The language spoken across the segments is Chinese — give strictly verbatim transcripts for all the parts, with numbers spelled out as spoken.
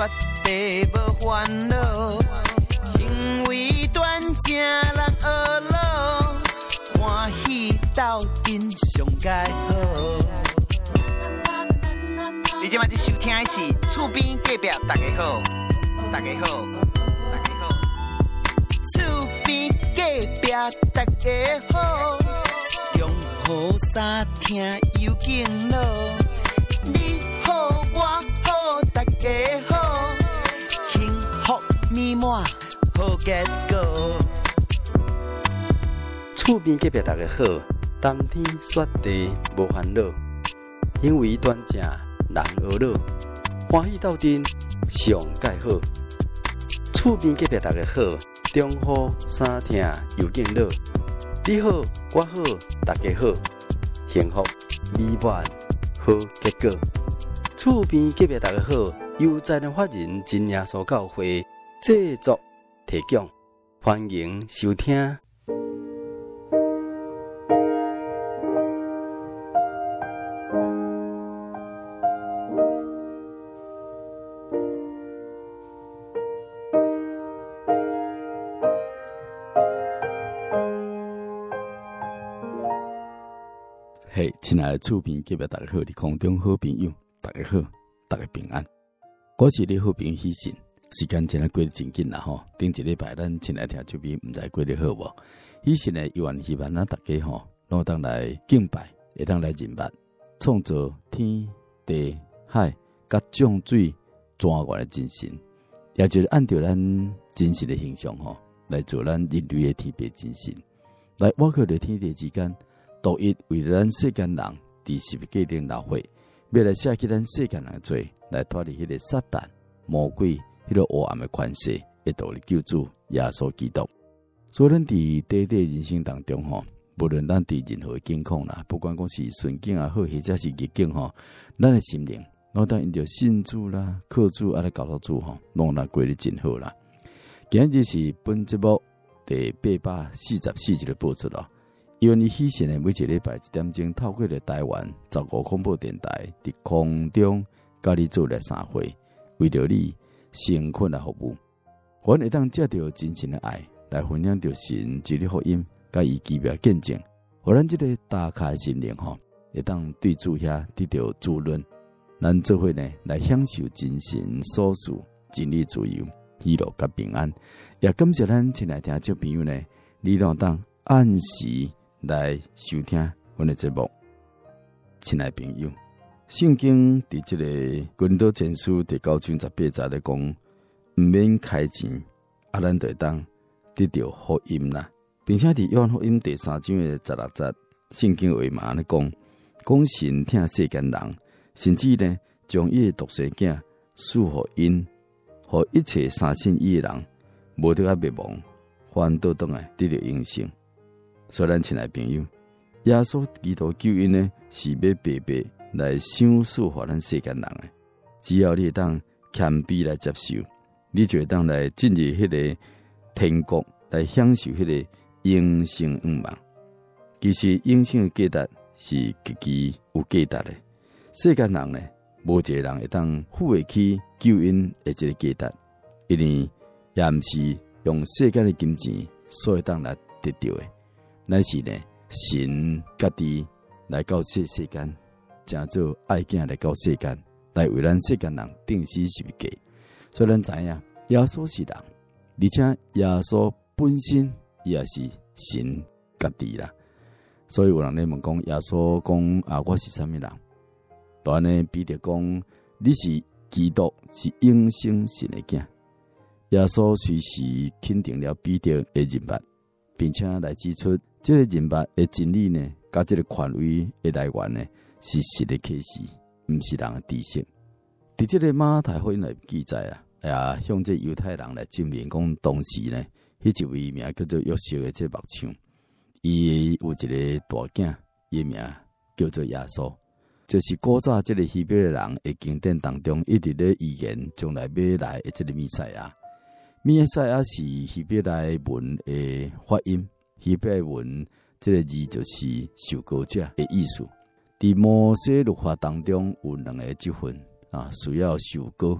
绝地无烦恼，行为端正人学老，欢喜斗阵上介好。你即摆在收听的是厝边隔壁大家好，大家好，大家好，厝边隔壁大家好，中好三听有敬老，你好我好大家好，幸福美满好结果。 厝边隔壁大家好，冬天雪地无烦恼，行为端正人学老，欢喜斗阵上介好。厝边隔壁大家好，中好三听有敬老，你好我好大家好，幸福美满好结果。厝边隔壁大家好，由在人法人真耶稣教会制作提供，欢迎收听。嘿，亲爱的厝边隔壁大家好，你空中好朋友，大家好，大家平安。我是你好朋友喜信，时间真係過得真緊啦吼。頂一禮拜咱親愛聽這邊唔知過得好無？喜信呢，有緣希望咱大家吼，攏當來敬拜，會當來認捌，創造天地海甲眾水全員的真神，也就是按照咱真實的形象吼，來做咱人類的天父真神，來挖開了天地之間。獨一為咱世間人佇十字架頂流血，要來捨棄咱世間人的罪，來脫離迄個撒旦魔鬼迄個黑暗的權勢，會導嚟救主耶穌基督。所以咱佇短短人生當中吼，無論咱佇任何境況啦，不管講是順境也好，或者是逆境吼，咱的心靈，我當因着信主啦、靠主啊來教導主吼，攏咱過得真好啦。今日是本節目第八百四十四集的播出咯。因為你喜信的每一禮拜一點鐘，透過了台灣十五廣播電台佇空中，甲你做了三回，為着你辛苦的服務，我會當借着真心的愛來分享着神一日福音，甲伊奇妙見證，互咱這個打開心靈吼，會當對主遐得到滋潤，咱做伙呢來享受真神所賜真理自由、喜樂甲平安。也感謝咱親愛聽眾朋友呢，你讓當按時來收聽我的節目。親愛朋友，聖經佇這個哥林多前書第九章十八節咧講，唔免開錢，啊，咱就會當得到福音啦。並且佇約翰福音第三章的十六節，聖經話嘛咧講，講神疼世間人，甚至呢將伊的獨生子賜予因，予一切相信伊的人，無得啊滅亡，反倒當來得到永生。所以咱親愛朋友，耶穌基督救恩呢，是要白白來賞賜予咱世間人的。只要你當謙卑來接受，你就會當來進入迄個天國，來享受迄個永生願望。其實永生的價值是極其有價值的。世間人呢，無一個人會當付得起救恩的這個價值，因為也毋是用世間的金錢所以當來得到的。乃是呢，神家己來到這世間，正做愛子來到世間，來為咱世間人釘死十字架。所以咱知影，耶穌是人，而且耶穌本身也是神家己啦。所以有人咧問講，耶穌講啊，我是啥物人？當然呢，彼得講，你是基督，是永生神的囝。耶穌隨時肯定了彼得的認捌，並且來指出。這個人物的真理呢，甲這個權威的來源呢，是神的啟示，唔是人的知識。在這個馬太福音來記載啊，哎呀，向這猶太人來證明講，當時呢，迄一位名叫做約瑟的這目搶，伊有一個大囝，伊名叫做耶穌，就是古早這個希伯來人的經典當中一直咧預言將來要來的這個彌賽亞。彌賽亞是希伯來文的發音。希伯來文這個字就是受膏者的意思。在摩西律法當中有兩個職分啊，需要受膏，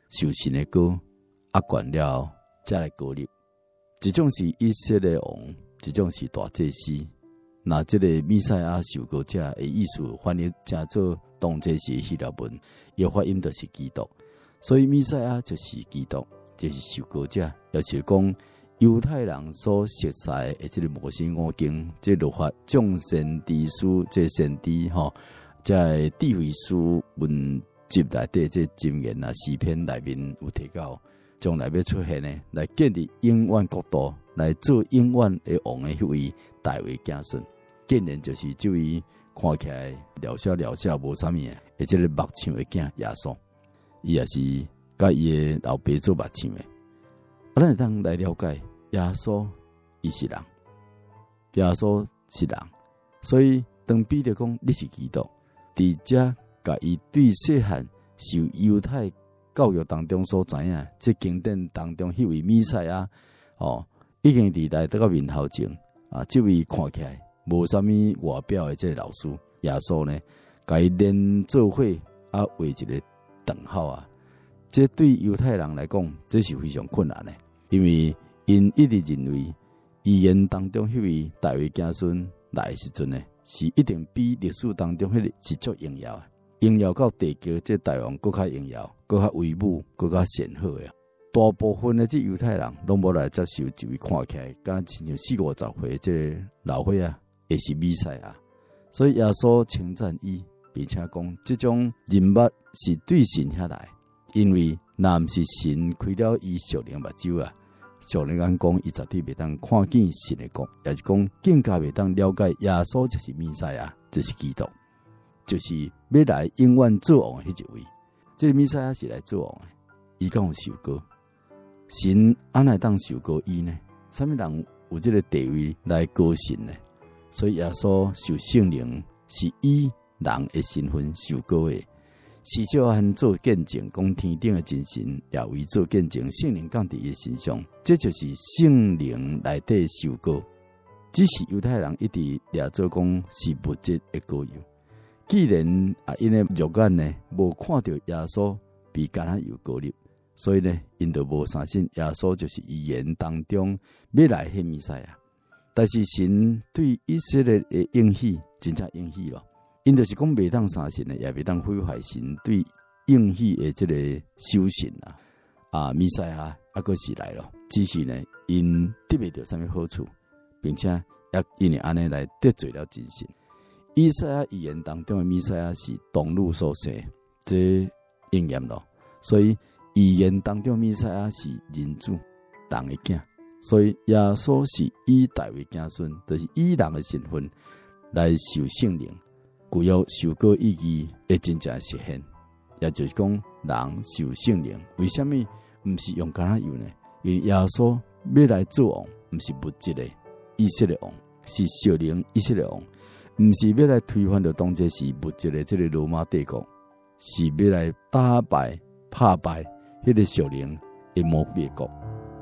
受神的膏，压管了再来膏立。一种是以色列王，一种是大祭司。那这个弥赛亚受膏者的意思翻译成做当这是希腊文，伊发音就是基督。所以弥赛亚就是基督，就是受膏者，也就是讲犹太人所熟悉的这个摩西五经，这律法众先知书，这先知吼，在智慧书文集内底这箴言啊诗篇内面有提到。将来要出现呢，来建立永远国度，来做永远的王的迄位大卫子孙，竟然就是这位看起来渺小渺小无啥物啊，而且个目像的囝耶稣，伊也是甲伊的老爸做目像的。咱会当来了解耶稣，伊是人，耶稣是人，所以当彼得讲你是基督，伫遮甲伊对细汉受犹太教育当中所知影，这经典当中迄位弥赛亚哦，已经伫来得到面头前啊，这位看起来无啥物外表的这个老师耶稣呢，甲伊连做伙啊，画一个等号啊。这对犹太人来讲，这是非常困难的，因为因一直认为预言当中迄位大卫子孙来的时阵呢，是一定比历史当中迄个是足荣耀的。荣耀到地球，这大王更较荣耀，更较威武，更较显赫呀！大部分的这犹太人拢无来接受一位看起来，敢亲像四五十岁这个老岁啊，也是弥赛亚。所以耶稣称赞伊，并且讲这种人物是对神遐来，因为若毋是神开了伊属灵目睭啊，属灵眼光伊绝对袂当看见神的国，也是讲更加袂当了解耶稣就是弥赛亚，就是基督。就是要来永远做王的迄一位，这个弥赛亚是来做王的，伊敢有受膏？神安来当受膏伊呢？啥物人有这个地位来膏神呢？所以耶稣受圣灵是以人的身份受膏的，是少汉做见证，讲天顶的真神也为做见证，圣灵降伫伊身上，这就是圣灵内底受膏。只是犹太人一直掠做讲是物质的膏油。既然啊，因的肉眼呢，无看到耶稣比橄榄油膏立，所以呢，因就无相信耶稣就是预言当中要来迄弥赛亚。但是神对以色列的应许，真正应许咯，因就是讲袂当相信的，也袂当毁坏神对应许的这个修行啊。啊，弥赛亚啊，个是来咯，只是呢，因得袂到什么好处，并且也因为安尼来得罪了真神。以赛亚预言当中的弥赛亚是道路所生，这应验了。所以预言当中的弥赛亚是人子，人的囝。所以耶稣是以大卫子孙，就是以人的身份来受圣灵，具有受膏意义的真正实现。也就是讲，人受圣灵，为什么不是用橄榄油呢？因为耶稣要来做王，不是物质的以色列王，是属灵以色列王。不是要来推翻到当这是物质的这个罗马帝国，是要来打败、打败迄个属灵的魔鬼国。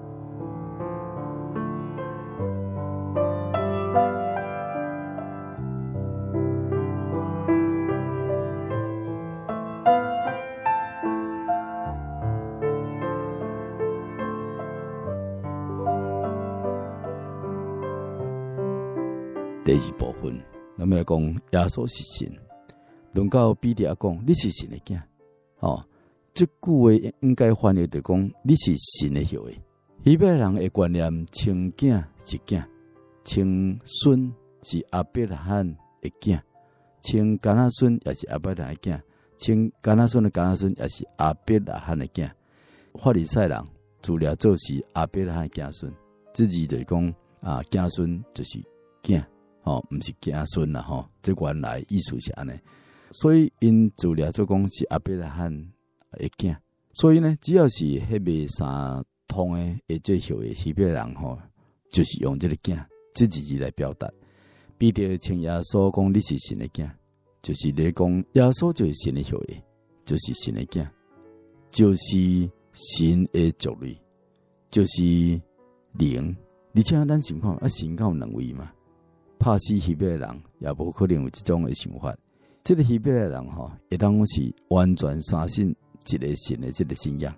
第二部分。那么来讲，耶稣是神。轮到彼得讲，你是神的囝。哦，这句话应该翻译就讲，你是神的后裔。希伯来人的观念，称囝是囝，称孙是亚伯拉罕的囝，称迦纳孙也是亚伯拉罕的囝，称迦纳孙的迦纳孙也是亚伯拉罕的囝。法利赛人自了做是亚伯拉罕的子孙，自己就讲啊，子孙就是囝。哦，不是子孙啦，吼，这原来意思是安尼，所以因资料做讲是亚伯拉罕的囝，所以呢，只要是迄个三通的，或者后的希伯来人吼，就是用这个囝这字字来表达。彼得称耶稣讲你是神的囝，就是咧讲耶稣就是神的后裔，就是神的囝，就是神的族类，就是灵。而且咱想看啊，神敢有两位嘛？怕死希伯来人也无可能有这种的想法。这个希伯来人吼，会当是完全相信一个神的这个信仰，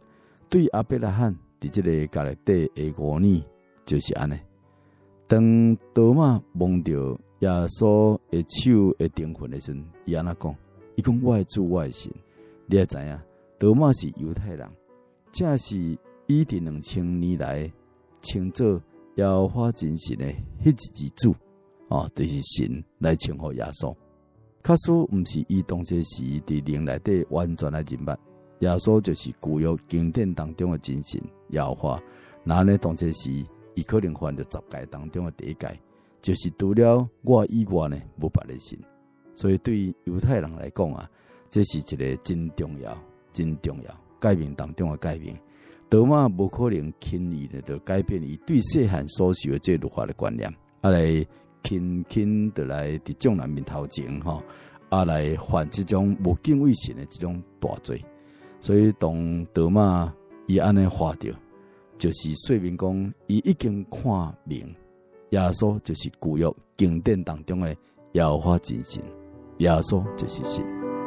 对亚伯拉罕伫即个加勒底的五年就是安尼。当多马望到耶稣的手的钉痕的时阵，伊安怎讲？伊讲我的主，我的神。你也知影，多马是犹太人，正是以前两千年来称作耶和华真神的迄一之主，哦，就是神来称呼耶稣。确实毋是伊当时时伫灵内底完全来认捌，耶稣就是旧约经典当中的真神耶和华。那呢当时时，伊可能犯着十诫当中的第一诫，就是除了我以外呢无别的神。所以对于犹太人来讲啊，这是一个真重要、真重要改变当中的改变。多马无可能轻易的就改变伊对细汉所受的这律法的观念，啊来轻轻的来伫众人面头前吼，啊来犯这种无敬畏神的这种大罪。所以当多马伊安尼话着，就是说明讲伊已经看明耶稣就是旧约经典当中的耶和华真神，耶稣就是神。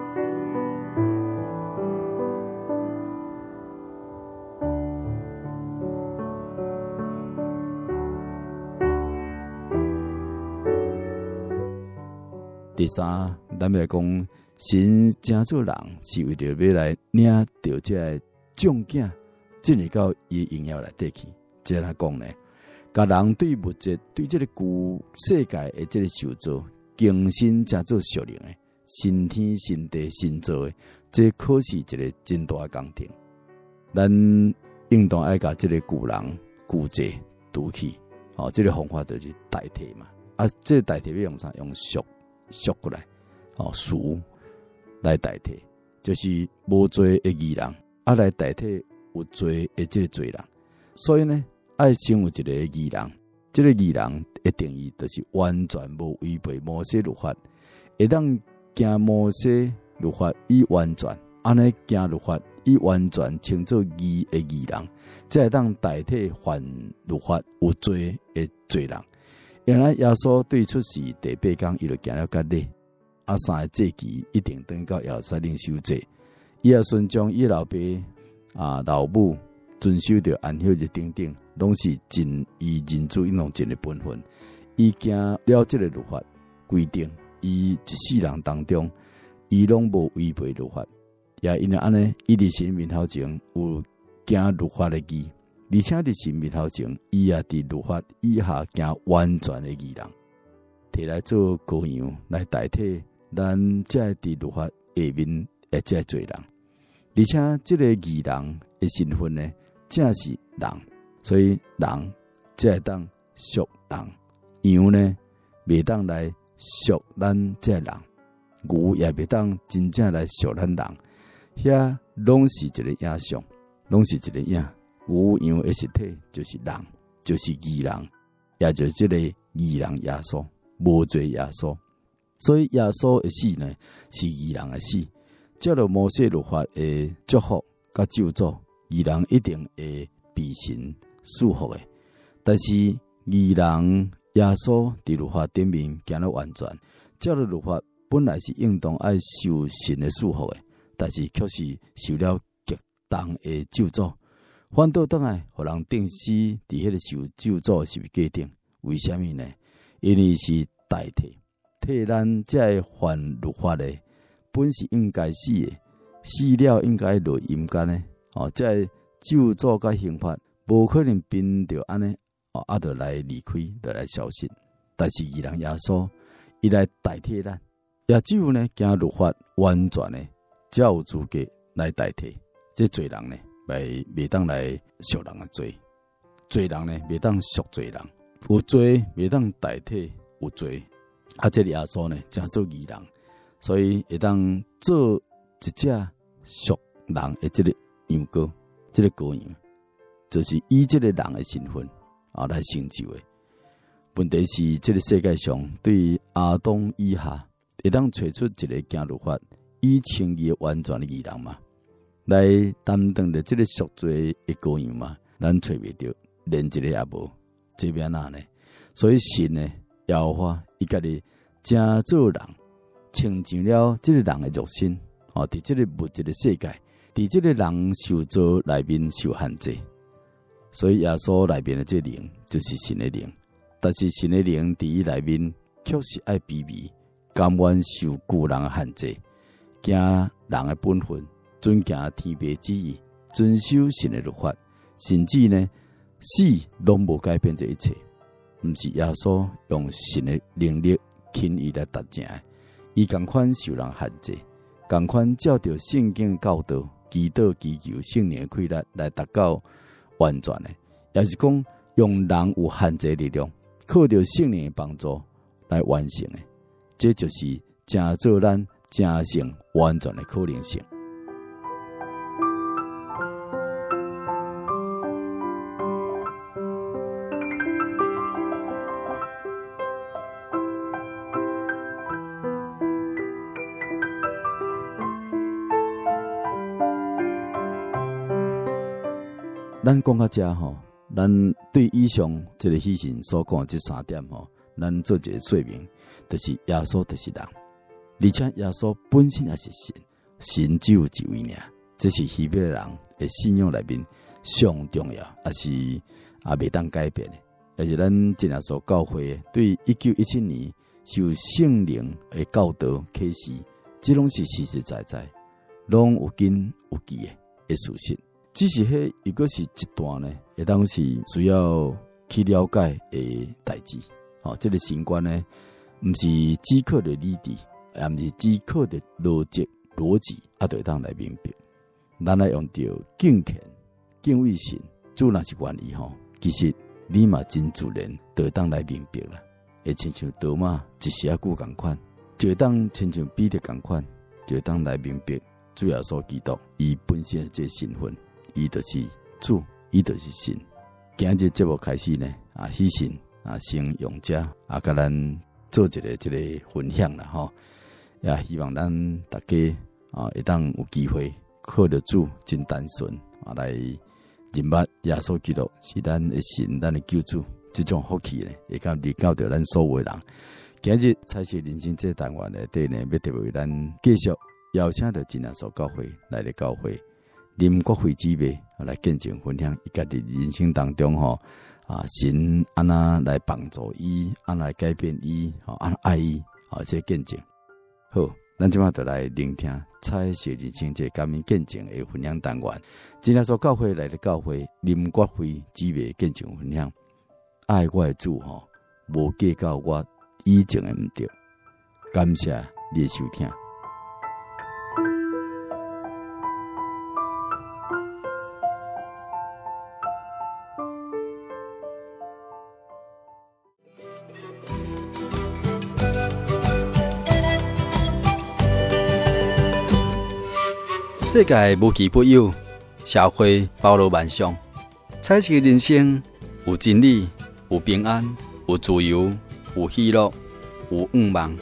第三，咱们来讲，神成做人是为着要来领到这个众囝进入到伊荣耀内底去。这来讲呢，甲人对物质、对这个旧世界的这个受造，更新成做属灵的，新天新地新造的，这可是一个真大的工程。咱应当爱甲这个旧人、旧制除去，哦，这个方法就是代替嘛。啊，这个代替要用啥？用俗。俗过来，哦，俗来代替，就是无罪的义人，啊来代替有罪的这个罪人。所以呢，爱成为一个义人，这个义人的定义就是完全无违背摩西律法，会当行摩西律法以完全，安尼行律法以完全称作义的义人，才会当代替犯律法有罪的罪人。原来耶稣对出世第八天，伊就行了甲礼，啊三个祭期一定等到耶路撒冷守祭。伊也顺将伊老爸啊老母遵守着安息日等等，拢是尽伊人子应当尽的本分。伊行了这个律法规定，伊一世人当中，伊拢无违背律法，也因为安尼，伊伫神面头前有行律法的义。而且伫神面头前，伊也伫律法以下行完全的义人，摕来做羔羊来代替咱这伫律法下面的这罪人。而且这个义人的身份呢，正是人，所以人才会当属人，羊呢袂当来属咱这人，牛也袂当真正来属咱人，遐拢是一个影像，拢是一个影。牛羊的实体就是人，就是义人，也就是这个义人耶稣，无罪耶稣。所以耶稣的死呢，是义人的死。照着摩西律法的祝福甲咒诅，义人一定会被神束缚的。但是义人耶稣伫律法顶面行了完全，照着律法本来是应当爱受神的束缚的，但是却是受了极重的咒诅。反倒倒来，互人定死伫迄个受咒诅是价顶，为什么呢？因为是代替，替咱这犯律法的，本是应该死的，死了应该落阴间呢。哦，这咒诅甲刑罚，无可能凭着安尼哦，啊，就来离开，就来消失。但是义人耶稣，伊来代替咱，也只有呢，行律法完全的，才有资格来代替这罪人呢。袂袂当来属人的罪，罪人呢袂当属罪人，有罪袂当代替有罪。啊，这里耶稣呢，正做义人，所以会当做一只属人的这个羊羔，这个羔羊，就是以这个人的身份啊来成就的。问题是，这个世界上对于亚当以下，会当找出一个行律法以称义完全的义人嘛？来担当的这个赎罪的羔羊嘛，咱找袂到，连一个也无，这边哪呢？所以神呢，耶和华伊家己正做人，成就了这个人的肉身，哦，伫这个物质的世界伫这个人受造内面受限制，所以耶稣内面的这灵就是神的灵。但是神的灵伫伊内面确实爱卑微，甘愿受旧人的限制，行人的本分，遵行天父旨意，遵守神的律法，甚至呢死拢无改变这一切。毋是耶稣用神的能力轻易来达成的，伊同款受人限制，同款照着圣经教导，祈祷祈求圣灵的开力来达到完全的，也是讲用人有限制的力量，靠着圣灵的帮助来完成的，这就是真做咱真成完全的可能性。咱讲到这吼，咱对以上这个喜讯所讲的这三点吼，咱做一个说明，就是耶稣就是人，而且耶稣本身也是神，神只有一位尔，这是希伯来人的信仰内面上重要，也是也袂当改变的。而且咱真耶稣教会对一九一七年受圣灵的教导启示，这拢是实实在在，拢有根有基的的事实。只是迄如果是一段呢，会当是需要去了解的代志。哦，这个神观呢，毋是只靠的理智，也毋是只靠的逻辑逻辑，啊，就会当来明白。咱来用着敬虔、敬畏神，主若是愿意吼，其实你嘛真自然就会当来明白啦。会亲像多马一时啊久共款，就会当亲像彼得共款，就会当来明白主耶稣基督伊本身的这身份。伊就是主，伊就是神。今日节目开始呢，啊，喜神啊，先用者啊，甲咱做一个这个分享啦，吼。也希望咱大家啊，会当有机会靠着主真单纯啊，来认捌耶稣基督是咱的神，咱的救主。这种福气呢，会到离到着咱所有人。今日彩色人生这单元内底呢，要特别为咱继续邀请到真耶稣教会来的教会。林国辉姊妹来见证分享伊家己人生当中吼啊，神安那来帮助伊，安来改变伊，吼安爱伊，吼这见证。好，咱即马就来聆听彩色人生这感恩见证的分享单元。今天所教会来的教会林国辉姊妹见证分享，爱我的主吼，无计较我以前的毋对，感谢你的收听。 世界无奇不有，社会包罗万象。彩色人生有真理，有平安，有自由，有喜乐，有愿望。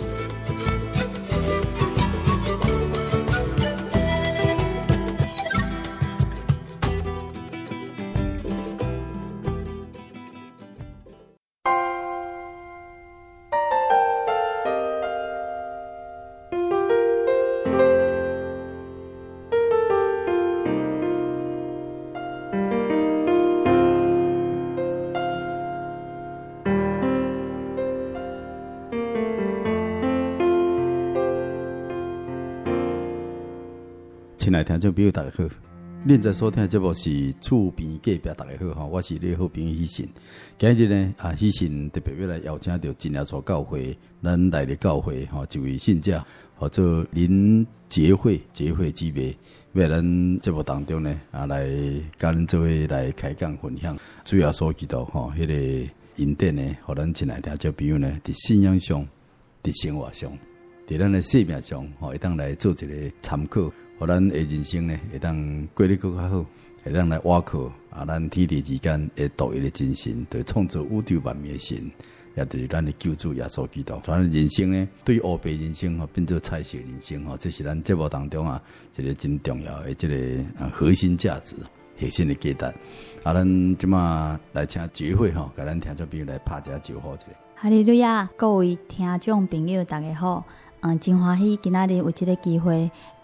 亲爱的听众朋友，大家好！恁在收听的节目是厝边隔壁，大家好哈，我是你好朋友喜信。今日呢啊，喜信特别要来邀请到真耶稣教会，咱来的教会哈，一位信者，或者林杰慧杰慧姊妹，要来咱节目当中呢啊，来甲咱做伙来开讲分享，主要所基督哈，迄、那个恩典呢，互咱亲爱的听众朋友呢，伫信仰上、伫生活上、伫咱的生命上，吼，会当来做一个参考。互咱的人生呢，会当过得更较好，会当来挖靠啊，咱天地之间的独一的真神，对创造宇宙万物的神，也就是咱的救主耶稣基督。咱人生呢，对黑白人生吼，变做彩色人生吼，这是咱节目当中啊，一个真重要的这个核心价值、核心的价值。啊，咱即马来请聚会吼，甲咱听众朋友来拍一下招呼一下。 哈利路亚，各位听众朋友，大家好。嗯，真欢喜今仔日有这个机会，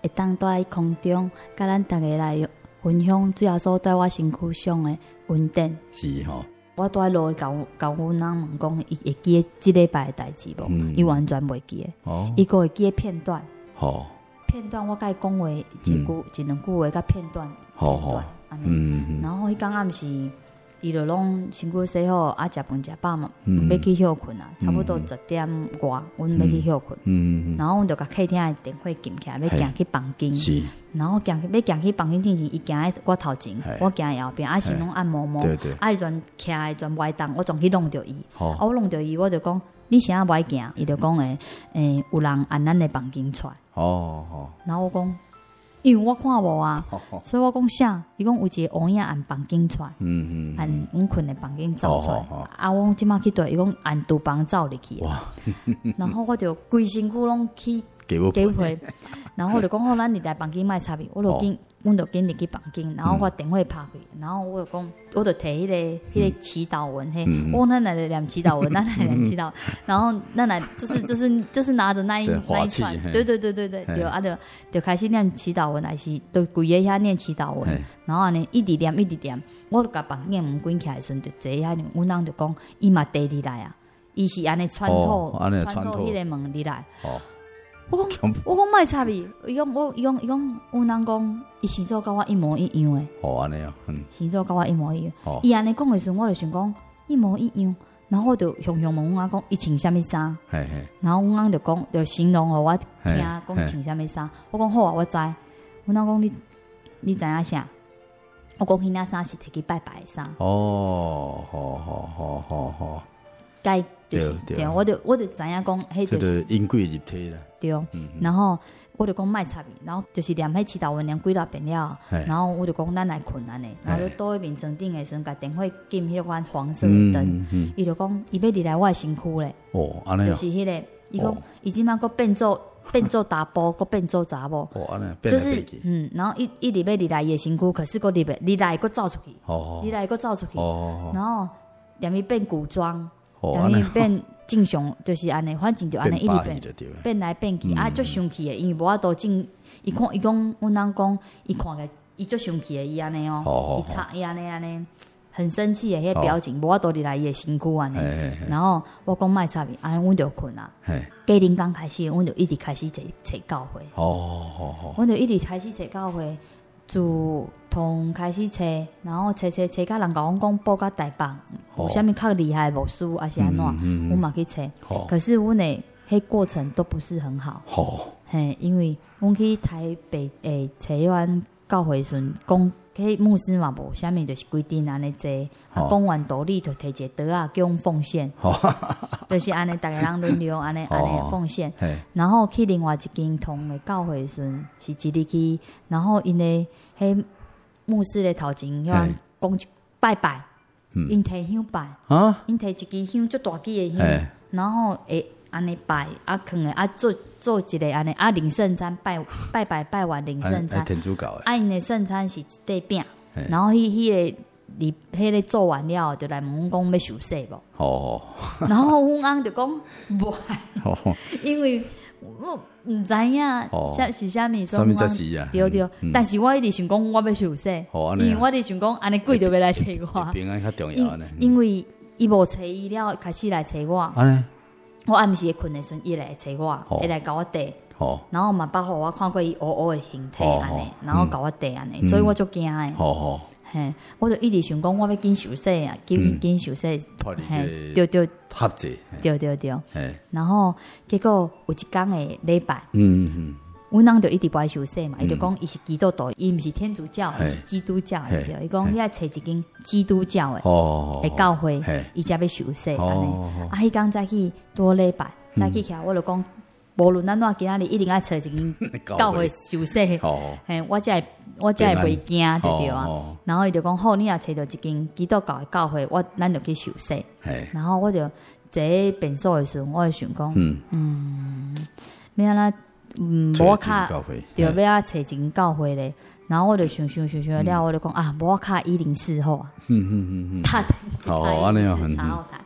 会当在空中，甲咱大家来分享主要所在我身躯上的稳定。 是吼。 我住落去，甲甲阮翁问讲，伊会记得即礼拜的代志无？伊、嗯、完全袂记的。哦。伊个会记得片段。好。片段我甲伊讲话一句、嗯、一两句话，甲片段。好好。嗯嗯。然后迄天暗时，伊就拢身躯洗好，啊食饭食饱嘛，嗯、要去休困啊，差不多十点外，阮要去休困。嗯嗯。然后阮就甲客厅的电话撳起来，要行去房间。是。然后行要行去房间之前，伊行喺我头前，我行喺后边，啊是拢按摩摩，啊伊全徛喺全歪动，我全去弄着伊。啊我弄着伊，我就讲你啥歪行？伊就讲诶诶，有人按咱的房间出来。哦哦。然后我讲。因为我看无啊，所以我讲啥？伊讲有一个乌影按房间出来，嗯嗯，按阮困的房间走出来。啊，我即马去对，伊讲按厨房走入去。哇！然后我就规身躯拢去给回，然后我就讲好，咱入来房间卖插伊，我就紧，阮就紧入去房间，然后我电话拍开，然后我就讲，我就摕迄个迄个祈祷文，嘿，我咱来念祈祷文，咱来念祈祷，然后咱来就是就是就是拿着那一那一串，对对对对对，就啊就就开始念祈祷文，还是就规个遐念祈祷文，然后安尼一直念一直念，我就甲房间门关起来时阵，就坐遐呢，阮翁就讲，伊嘛第二来啊，伊是安尼穿透穿透迄个门入来。我讲，我讲卖插伊，伊讲我，伊讲伊讲，有人讲，伊星座甲我一模一样诶。哦，安尼啊，嗯，星座甲我一模一样。哦，伊安尼讲诶时，我就想讲一模一样，然后我就向向问我讲，伊穿啥物衫？嘿嘿。然后阮翁就讲，就形容互我听，讲穿啥物衫。我讲好啊，我知。阮翁讲你，你知影啥？我讲迄领衫是摕去拜拜诶衫。哦，好好好好好。该就是对，我就我就知影讲，迄就是因鬼入体啦。 对，然后我就讲卖插伊，然后就是念迄祈祷文念几大遍了，然后我就讲咱来困安尼，然后倒喺面床顶诶时阵，甲电话撳迄款黄色诶灯，伊就讲伊要入来我诶身躯咧。哦，安尼就是迄个，伊讲伊即摆佫变做变做查甫，佫变做查某。哦，安尼就是嗯，然后一一直要入来伊诶身躯，可是佫入来，入来佫走出去，哦，入来佫走出去，哦，然后连伊变古装。等于变正常，就是安尼，反正就安尼一直变，变来变去，啊，足生气诶，因为无法度正，伊看伊讲，阮翁讲，伊看个，伊足生气诶，伊安尼哦，伊插伊安尼安尼，很生气诶，迄个表情，无法度入来伊诶身躯安尼。然后我讲卖插伊，安尼阮就困啊。隔天刚开始，阮就一直开始找找教会。哦，好好。阮就一直开始找教会。自从开始找，然后找找找，甲人甲我讲报到台北，有啥物较厉害的牧师，还是安怎，我嘛去找。可是阮的迄过程都不是很好。嘿，因为阮去台北诶找迄款教会时，讲迄牧师嘛无啥物，就是规定安尼坐，啊，讲完道理就摕一个刀啊，叫阮奉献。就是安尼，逐个人轮流安尼安尼奉献。然后去另外一间同的教会时，是一日去，然后因的迄牧师的头前，遐讲拜拜，因摕香拜，因摕一支香，足大支的香，然后会安尼拜，啊，放的啊做做一个安尼啊领圣餐，拜拜拜拜完领圣餐， 天主教的， 啊因的圣餐是一块饼，然后迄迄个。你迄个做完了，就来问阮讲要受洗无？哦。然后阮翁就讲无，因为我毋知影啥是啥物， 啥物才是啊？ 对对，但是我一直想讲我要受洗，因为我一直想讲安尼鬼就要来找我。 平安较重要呢。 因为伊无找伊了，开始来找我。安尼，我暗时困的时阵，伊来找我，会来甲我缀。然后嘛，包括我看过伊乌乌的形体安尼，然后甲我缀安尼，所以我就惊诶。嘿，我就一直想讲，我要紧受洗啊，紧紧受洗，嘿，对对， 合制， 对对对。然后结果有一天的礼拜，嗯嗯，阮翁就一直不爱受洗嘛，伊就讲伊是基督徒，伊毋是天主教，伊是基督教的，对。伊讲伊爱找一间基督教的，哦，的教会，伊才要受洗安尼。啊，迄天早起多礼拜，早起起来我就讲。无论咱怎今仔日一定爱找一间教会受洗，嘿，我才会我才会袂惊，对对啊。然后伊就讲好，你若找到一间基督教的教会，我咱就去受洗。然后我就坐喺便所的时候，我就想讲，嗯嗯，要安怎，嗯，无卡，对，要啊找一间教会咧。然后我就想想想想了，我就讲啊，无卡一零四好啊。嗯嗯嗯嗯，他好安尼啊，很好台。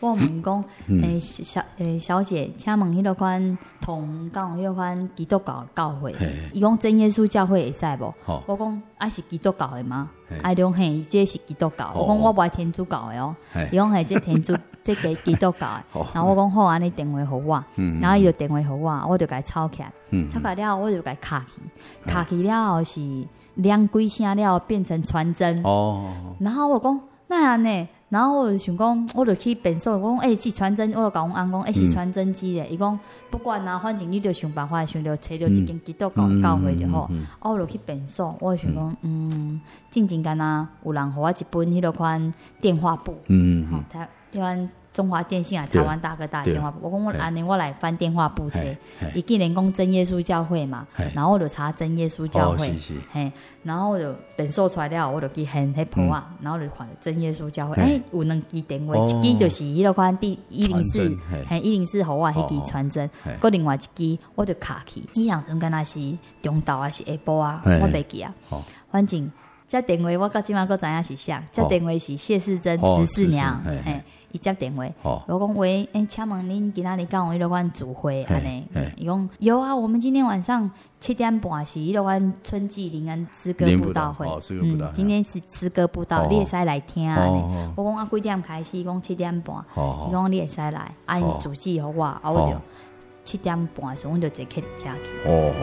我问讲，诶、欸、小诶、欸、小姐，请问迄个款同讲迄个款基督教教会，伊讲真耶稣教会会使无？我讲啊是基督教的吗？啊，讲嘿，这是基督教。我讲我不爱天主教的哦。伊讲嘿，这天主这个基督教的。然后我讲好，安尼电话给我，然后伊就电话给我，我就甲伊抄起来，抄起来了我就甲伊卡去，卡去了后是两几声了变成传真。哦。然后我讲那样呢？然后我就想讲，我就去变数，我讲诶是传真，我就甲阮翁讲诶是传真机咧。伊讲不管啊，反正你就想办法，想着找着一间基督教教会就好。啊，我就去变数，我就想讲，嗯，静静干啊，有人互我一本迄个款电话簿，嗯，好，台湾中华电信啊，台湾大哥大电话簿。我讲我安尼，我来翻电话簿册，伊既然讲真耶稣教会嘛，然后我就查真耶稣教会，嘿，然后我就变数出来了，我就去现迄簿啊，然后就看真耶稣教会，诶，有两支电话，一支就是迄个款第一零四，嘿，一零四互我迄支传真，搁另外一支我就卡去，伊人阵敢若是中昼还是下晡啊，我袂记啊，反正。这电话我到今晚搁知影是啥？这电话是谢世珍执事娘，嘿，伊接电话，我讲喂，诶，请问恁今仔日敢有迄个款聚会安尼？伊讲有啊，我们今天晚上七点半是迄个款春季临安诗歌布道会，嗯，今天是诗歌布道，你会使来听安尼。我讲啊，几点开始？伊讲七点半，伊讲你会使来，啊，伊主旨互我，啊，我就七点半的时候，我就坐客车去。哦。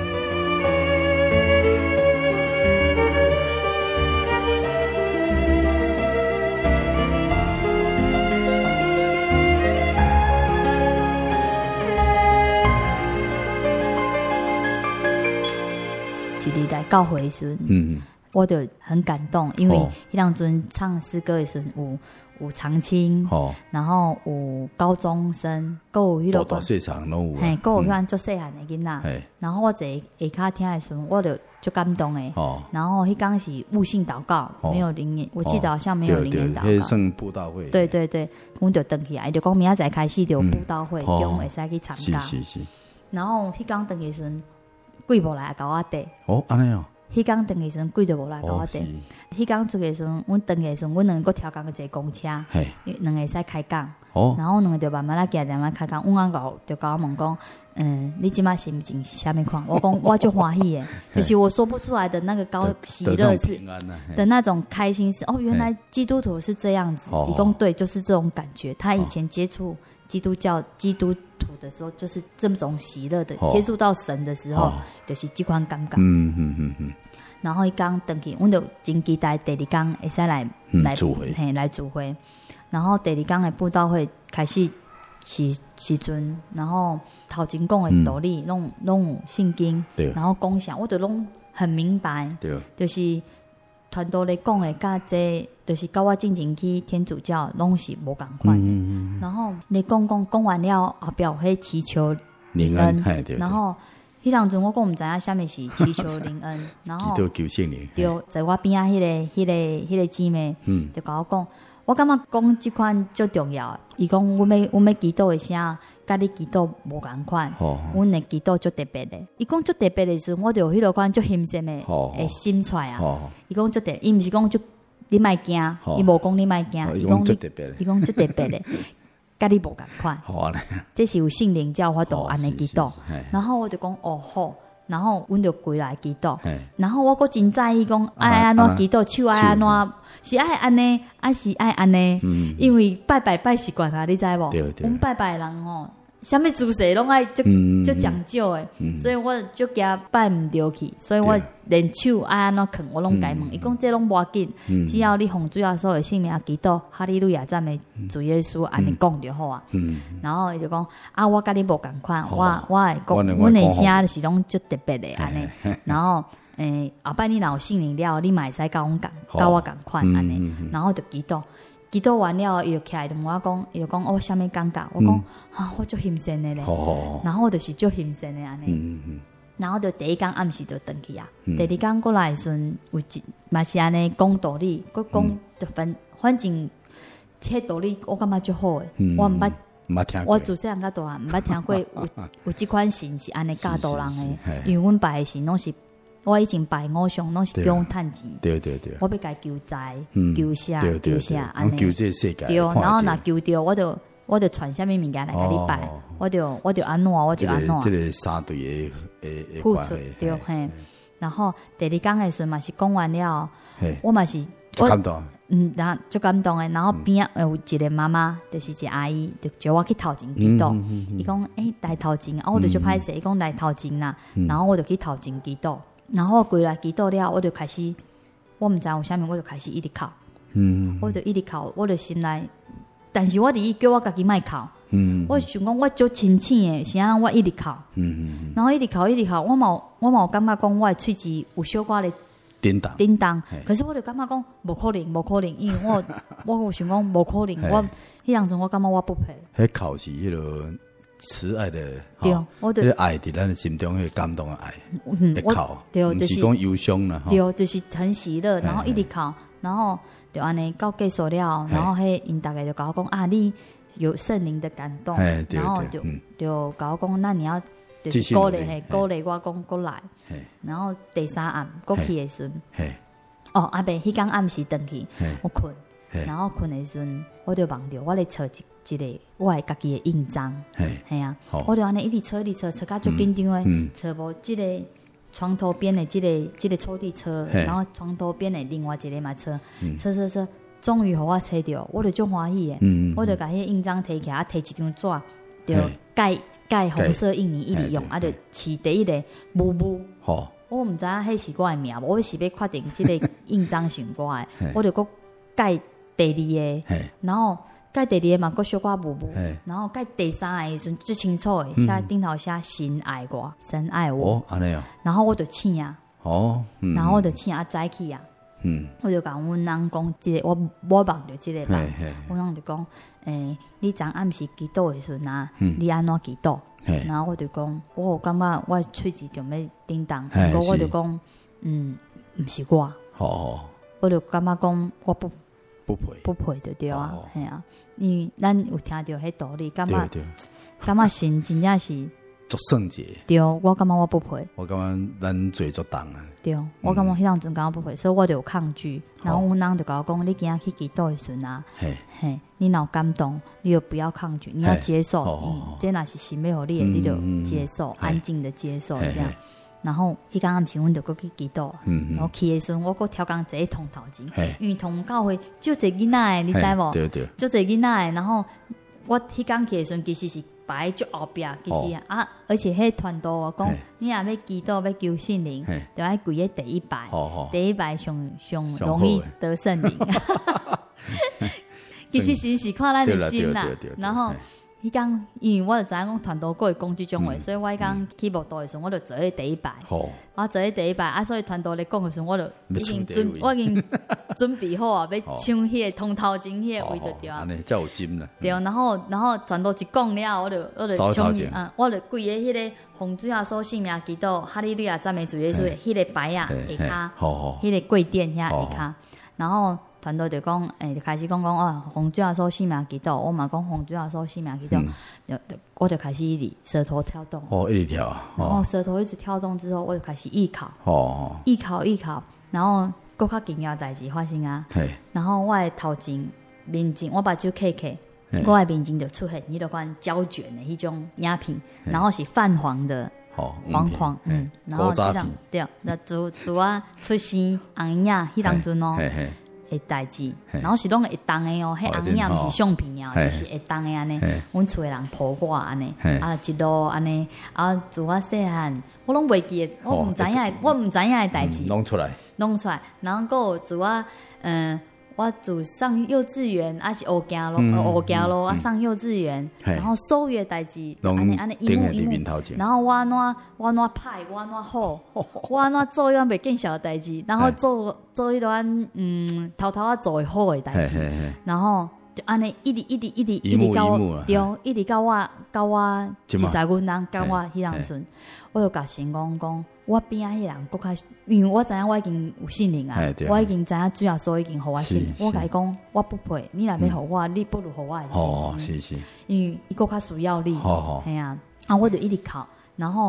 一日来教会的时阵，嗯，我就很感动，因为迄当阵唱诗歌的时阵有有长青，哦，然后有高中生，还有迄个大细场拢有，嘿，还有迄款足细汉的囡仔，然后我坐下骹听的时阵，我就就感动诶，哦，然后迄刚是悟性祷告，没有灵言，我记得好像没有灵言祷告，迄算布道会，对对对，我就登起来，就讲明仔载开始就有布道会，叫我们会使去参加，是是是，然后迄刚登起时阵。鬼无来甲我缀哦，安尼哦。迄天登的时阵，鬼就无来甲我缀。迄天出的时阵，阮登的时阵，阮两个调工个坐公车，两个会使开讲。哦。然后两个就慢慢来行，慢慢开讲。阮阿狗就甲我问讲，嗯，你即摆心情是啥物款？我讲我就欢喜诶，就是我说不出来的那个高喜乐是的那种开心是哦，原来基督徒是这样子。伊讲对，就是这种感觉。他以前接触。基督教基督徒的时候，就是这种喜乐的、哦、接触到神的时候，哦、就是这款感觉。嗯嗯嗯嗯。然后伊讲登去，我就真期待第二天会使来、嗯、来聚会，嘿，来聚会。然后第二天的布道会开始时时阵，然后头前讲的道理，拢拢有圣经，然后共享，我就拢很明白，对，就是传道咧讲的，甲这。就是甲我进前去天主教拢是无共款、嗯，然后你讲讲讲完了后壁迄祈求灵恩，然后迄当阵我讲毋知影啥物是祈求灵恩，然后祈求圣灵，对，在我边仔迄个迄、那个迄、那个姊妹，嗯，就甲我讲，我感觉讲即款最重要。伊讲阮要阮要祈祷的啥，甲你祈祷无共款，阮的祈祷最特别的。伊讲最特别的时候，我就有迄落款最欣赏的诶心出来啊。伊讲最特，伊毋是讲就。你莫惊，伊无讲你莫惊，伊讲你，伊讲最特别的，甲你无共款。好啊，这是有圣灵教我都安尼祈祷。然后我就讲哦好，然后阮就归来祈祷。然后我阁真在意讲爱安怎祈祷，手爱安怎，是爱安尼，还是爱安尼？因为拜拜拜习惯啊，你知无？阮拜拜人吼。啥物姿势拢爱就就讲究诶、嗯，所以我就惊拜唔着去，所以我连手爱安怎啃我拢改问。伊讲这拢无要紧，只要你奉主要所有性命祈祷，哈利路亚赞美主耶稣，安尼讲就好啊。嗯、然后伊就讲啊，我甲你无共款，我我会讲，阮的声是拢足特别的安尼。然后诶，后摆你若有信灵了，你嘛会使甲阮共甲我共款安尼，然后就祈祷。祈祷完了，伊就起来就问我讲，伊就讲我啥物感觉？我讲、嗯、啊，我足欣赏的咧、哦。然后我就是足欣赏的安尼。嗯嗯、然后就第一天暗时就转去啊。嗯、第二天过来时阵，有一嘛是安尼讲道理，佮讲就反反正，迄道理我感觉足好诶、嗯。我毋捌，我自细汉到大汉毋捌听过有有即款神是安尼教导人诶。因为阮拜诶神拢是。 我以前拜偶像拢是叫我趁钱， 对对对， 我要甲求财、 嗯求啥、求啥，安尼求这世界， 对，然后若求着，我就我就传啥物物件来甲你拜， 哦、 我就我就安怎，我就安怎。 这个三队的诶付出对嘿。然后第二工的时嘛是讲完了，我嘛是足感动， 嗯，然后足感动的。然后边仔有一个妈妈，就是一个阿姨，就叫我去头前祈祷。伊讲诶来头前，啊我就就歹势，伊讲来头前啦，然后我就去头前祈祷。然后我归来祈祷了，我就开始，我毋知有啥物，我就开始一直哭。嗯，我就一直哭，我就心内，但是我伫伊叫我家己莫哭。嗯，我想讲我足清醒诶，是安我一直哭。嗯嗯，然后一直哭一直哭，我嘛我嘛有感觉讲我诶喙齿有小可咧叮当叮当，可是我就感觉讲无可能无可能，因为我我有想讲无可能，我迄当阵我感觉我不配。 迄哭是迄个慈爱的， 对，我迄个爱伫咱的心中，迄个感动的爱， 嗯， 哭， 对， 毋是讲忧伤啦， 对，就是很喜乐，然后一直哭，然后就安尼到结束了，然后迄因大概就甲我讲啊，你有圣灵的感动，然后就就甲我讲，那你要就是鼓励嘿，鼓励我讲过来，然后第三暗过去的时阵，哦阿伯迄天暗时回去，我困，然后困的时阵，我就梦到我咧找一一个我的家己的印章，系啊，我就安尼一直找一直找，找到足紧张的，找无即个床头边的即个即个抽屉车，然后床头边的另外一个嘛车，车车车。终于互我找到，我就足欢喜诶！嗯、我就甲迄印章摕起来，啊，摕一张纸，就盖盖红色印泥一直用，啊，就饲第一个母母。哦、我毋知影迄是我诶名，我是要确定即个印章是我诶，我就搁盖第二个，然后盖第二个嘛，搁小可母母，然后盖第三个时阵最清楚诶，写顶头写神爱我，神爱我， 安尼啊， 然后我就醒啊， 哦，嗯、 然后我就醒啊，早起啊。嗯，我就甲阮人讲，即、这个我我梦着即个人，我人就讲，诶、欸，你昨暗时祈祷的时阵啊，嗯、你安怎祈祷？然后我就讲，我有感觉我喙齿就要叮当，不过我就讲，嗯，毋是我，哦、我就感觉讲我不不配不配就对啊，系、哦、啊，因为咱有听到迄道理，感觉感觉神真正是。 足圣洁， 对，我感觉我不配， 我感觉咱做足重啊。 对，我感觉迄当阵感觉不配，所以我就有抗拒。然后阮人就甲我讲，你今仔去祈祷的时阵啊，嘿，你若有感动，你就不要抗拒，你要接受。嗯，这若是神要互你的，你就接受，安静的接受这样。然后迄天暗时，阮就过去祈祷，然后去的时阵，我搁超工坐通头前，因为通教会就一个囡仔，你知无？ 对对， 就一个囡仔，然后我迄天去的时阵，其實是。擺足後壁，其實、哦、啊，而且迄團道我講，你若要祈禱要求聖靈，就愛跪喺第一排，哦哦、第一排上上容易得聖靈。其實神是看咱的心啦，然後迄天因為我就知影講團道過會講即種話，嗯、所以我迄天去慕道的時候，我就坐喺第一排，哦、我坐喺第一排，啊，所以團道咧講的時候，我就已經準，我已經準備好啊，要唱迄個通頭前迄個位就對啊， 安尼才有心啦。 對，然後然後團道一講了，我就我就唱，啊，我就跪喺迄個洪主耶穌性命祈禱，哈利路亞讚美主耶穌，迄個牌啊下骹，迄個跪墊遐下骹，然後。團隊就講，誒、欸，就開始講講哦，洪主耶穌性命祈禱，我嘛講洪主耶穌性命祈禱，就、嗯、我就開始一直舌頭跳動， 哦，一直跳，哦、 然後舌頭一直跳動之後，我就開始憶考，哦，憶考憶考，然後更較重要的代誌發生啊，然後我的頭前面前，我把手揢起，我的面前就出現迄個款膠卷的迄種影片，然後是泛黃的。哦，黃黃，嗯，然後就像對，那主主啊出生紅影迄當陣哦。的代志，然後是攏會動的哦，迄紅影毋是相片哦，就是會動的安尼。阮厝的人抱我安尼，啊一路安尼，啊自我細漢，我攏袂記，我毋知影，我毋知影的代志。 弄出來， 弄出來，然後個自我，嗯，我自上幼稚園，啊是學行咯，學行咯，啊上幼稚園，然後數學代志，安尼安尼一幕一幕，然後我安怎我安怎歹，我安怎好，我安怎做樣袂見曉的代志，然後做。做迄段嗯，偷偷啊做會好誒代志，然後就安尼一直一直一直一直到我，對，一直到我到我其實阮人到我迄當陣，我就甲神講講，我邊仔迄人佫較，因為我知影我已經有信靈啊，我已經知影主耶穌已經互我信，我甲伊講我不配，你若要互我，你不如互我誒信心，因為伊佫較需要你，係啊，啊我就一直哭，然後。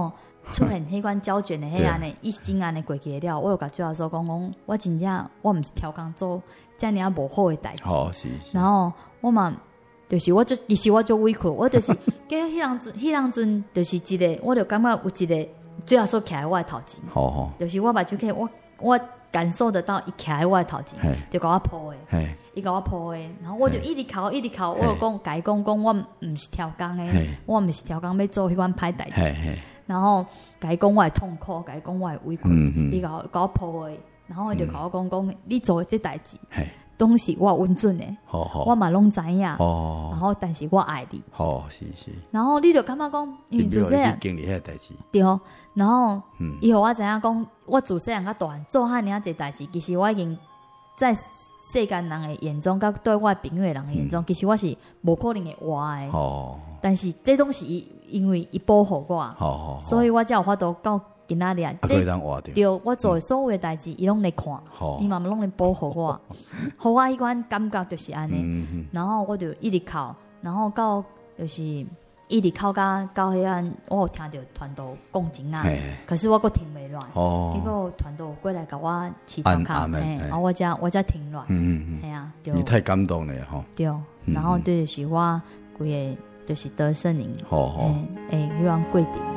出现迄款胶卷的迄安尼，一斤安尼过去了，我就甲主要说讲讲，我真正我毋是挑工做遮尔啊无好诶代志。 好是。 然后我嘛，就是我就其实我就委屈，我就是，计迄当阵，迄当阵就是一个，我就感觉有一个主要说徛喺我头前。 好好。就是我目睭起，我我感受得到伊徛喺我头前，就甲我抱诶。伊甲我抱诶，然后我就一直哭一直哭，我就讲甲伊讲讲，我毋是挑工诶，我毋是挑工要做迄款歹代志。然后甲伊讲我诶痛苦，甲伊讲我诶委屈，伊甲我甲我抱诶，然后伊就甲我讲讲，你做诶这代志，拢是我温准诶，我嘛拢知影。然后但是我爱你。 好是是。 然后你就感觉讲，因为自细汉经历迄代志。 对，然后伊互我知影讲，我自细汉到大汉做遐尔啊侪代志，其实我已经在世间人的眼中，甲对我的朋友的人的眼中，嗯、其实我是无可能会活的。哦。但是这东西因为伊保护我，哦哦、所以我才有法度到今仔日啊。 可以当活着。 对，我做的所有的代志，伊拢来看，伊嘛拢来保护我，互我迄款感觉就是安尼。嗯嗯、然后我就一直哭，然后到就是。一直哭到到迄安，我有听到团导讲真啊，可是我阁停袂落，哦、结果团导过来甲我起头壳，然后我才我才停落，嗯嗯嗯，啊， 你太感动了吼， 对，然後這就是我規個就是得聖靈，誒誒，迄種規定。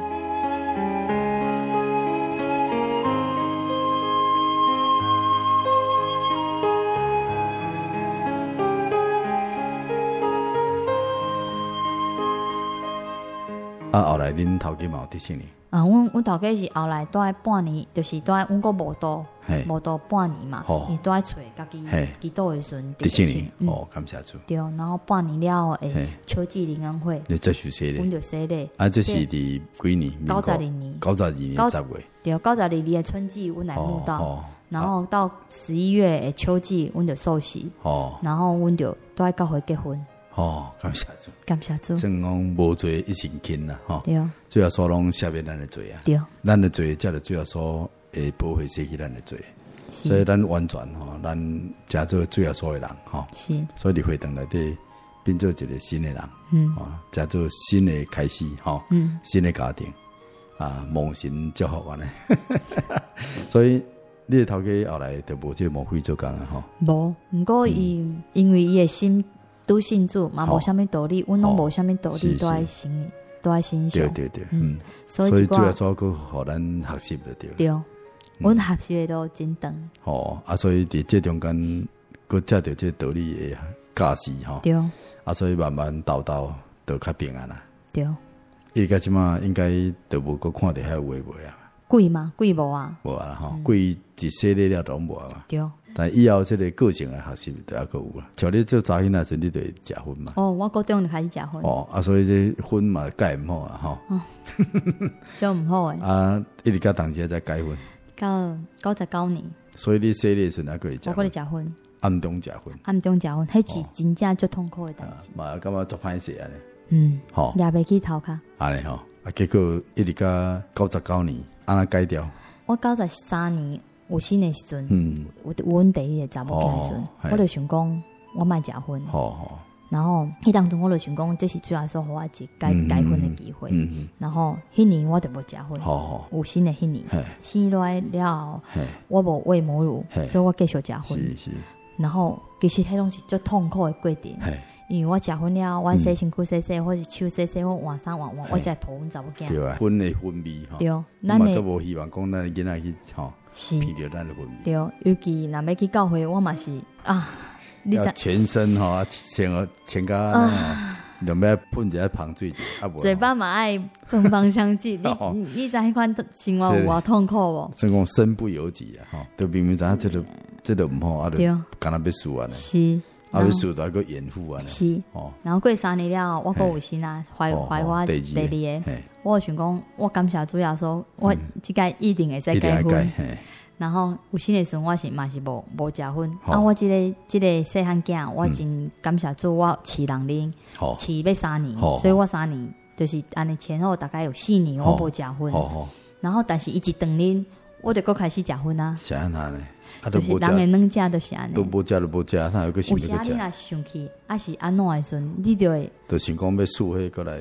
啊，後來恁頭家嘛有提醒你？ 啊，阮阮頭家是後來住喺半年，就是住喺阮個無道，無道半年嘛，伊住喺厝家己祈禱的時陣提醒你。哦，感謝主。 對，然後半年了後，誒，秋季靈恩會， 你再續寫咧？ 阮就寫咧。 啊，這是佇幾年？ 九十二年。 九十二年十月。 對，九十二年嘅春季，阮來慕道，然後到十一月嘅秋季，阮就受洗。哦。然後阮就住喺教會結婚。 哦，感謝主， 感謝主。 算講無罪一身輕啦，吼。 對。 最後所攏赦免咱的罪啊。對。咱的罪，才就最後所會保護失去咱的罪。所以咱完全吼，咱誠做最後所有人吼。是。所以你回頭內底變做一個新的人，嗯，哦，誠做新的開始，吼，嗯，新的家庭啊，蒙神祝福安尼。所以你的頭家後來就無這無非做工啊，吼。無，不過伊因為伊的心。都信主嘛，無啥物道理，阮攏無啥物道理，都愛信，都愛欣賞。對對對，嗯，所以主要做個互咱學習就對。對，阮學習的都真長。哦，啊，所以佇這中間，佫接到這道理的教示吼。對。啊，所以慢慢鬥鬥，就較平安啦。對。伊個即馬應該就無佫看到遐有話袂啊。貴嘛？貴無啊？無啊吼，貴佇洗禮了都無啊嘛。對。但以後這個個性的學習都還佫有啦，像你做查囡仔時，你就會食薰嘛。哦，我高中就開始食薰。哦，啊，所以這薰嘛戒唔好啊，吼。哦，就唔好誒。啊，一直到當時才戒薰。到九十九年。所以你洗禮時還佫會食薰。我佫會食薰。暗中食薰。暗中食薰，迄是真正最痛苦的代志。嘛，感覺足歹勢安尼。嗯。吼。抓袂起頭殼。安尼吼，啊，結果一直到九十九年，安那戒掉。我九十三年。有新的時陣，嗯、有有阮第一個查某囝的時陣，我就想講，我莫食薰。哦、然後迄當中我就想講，這是最後所給我一個改改薰的機會。嗯嗯、然後迄年我就無食薰，哦、有新的迄年，生落來了後，我無餵母乳，所以我繼續食薰。然後其實迄種是最痛苦的過程。因為我食薰了，我洗身軀洗洗，或是手洗洗，我換衫換換，我才抱阮查某囝。對啊，薰的薰味吼。對，咱嘛都無希望講咱囡仔去吼，聞到咱的薰味。對，尤其若要去教會，我嘛是啊，你要全身吼，穿個穿個啊，就要噴一下香水啊，嘴巴嘛愛芬芳香劑。你你知迄款生活有偌痛苦無？所以講身不由己啊，吼，都明明知影這個這個毋好，啊，就干那要輸安尼。是。啊，要輸到一個嚴父啊！是，哦，然後過三年了，我過有心啊，懷懷我第二個，我想講，我感謝主耶穌，我即個一定會使結婚。然後有心的時候，我是嘛是無無食薰。啊，我即個即個細漢囝，我真感謝主，我飼人啉，飼要三年，所以我三年就是安尼前後大概有四年我無食薰。然後但是伊一頓啉。我就佫開始食薰啊！是安那呢？就是人的軟食就是安尼。都無食就無食，哪有個想要食？有時你若想起，啊是安怎的時陣，你就會就想講要輸迄個來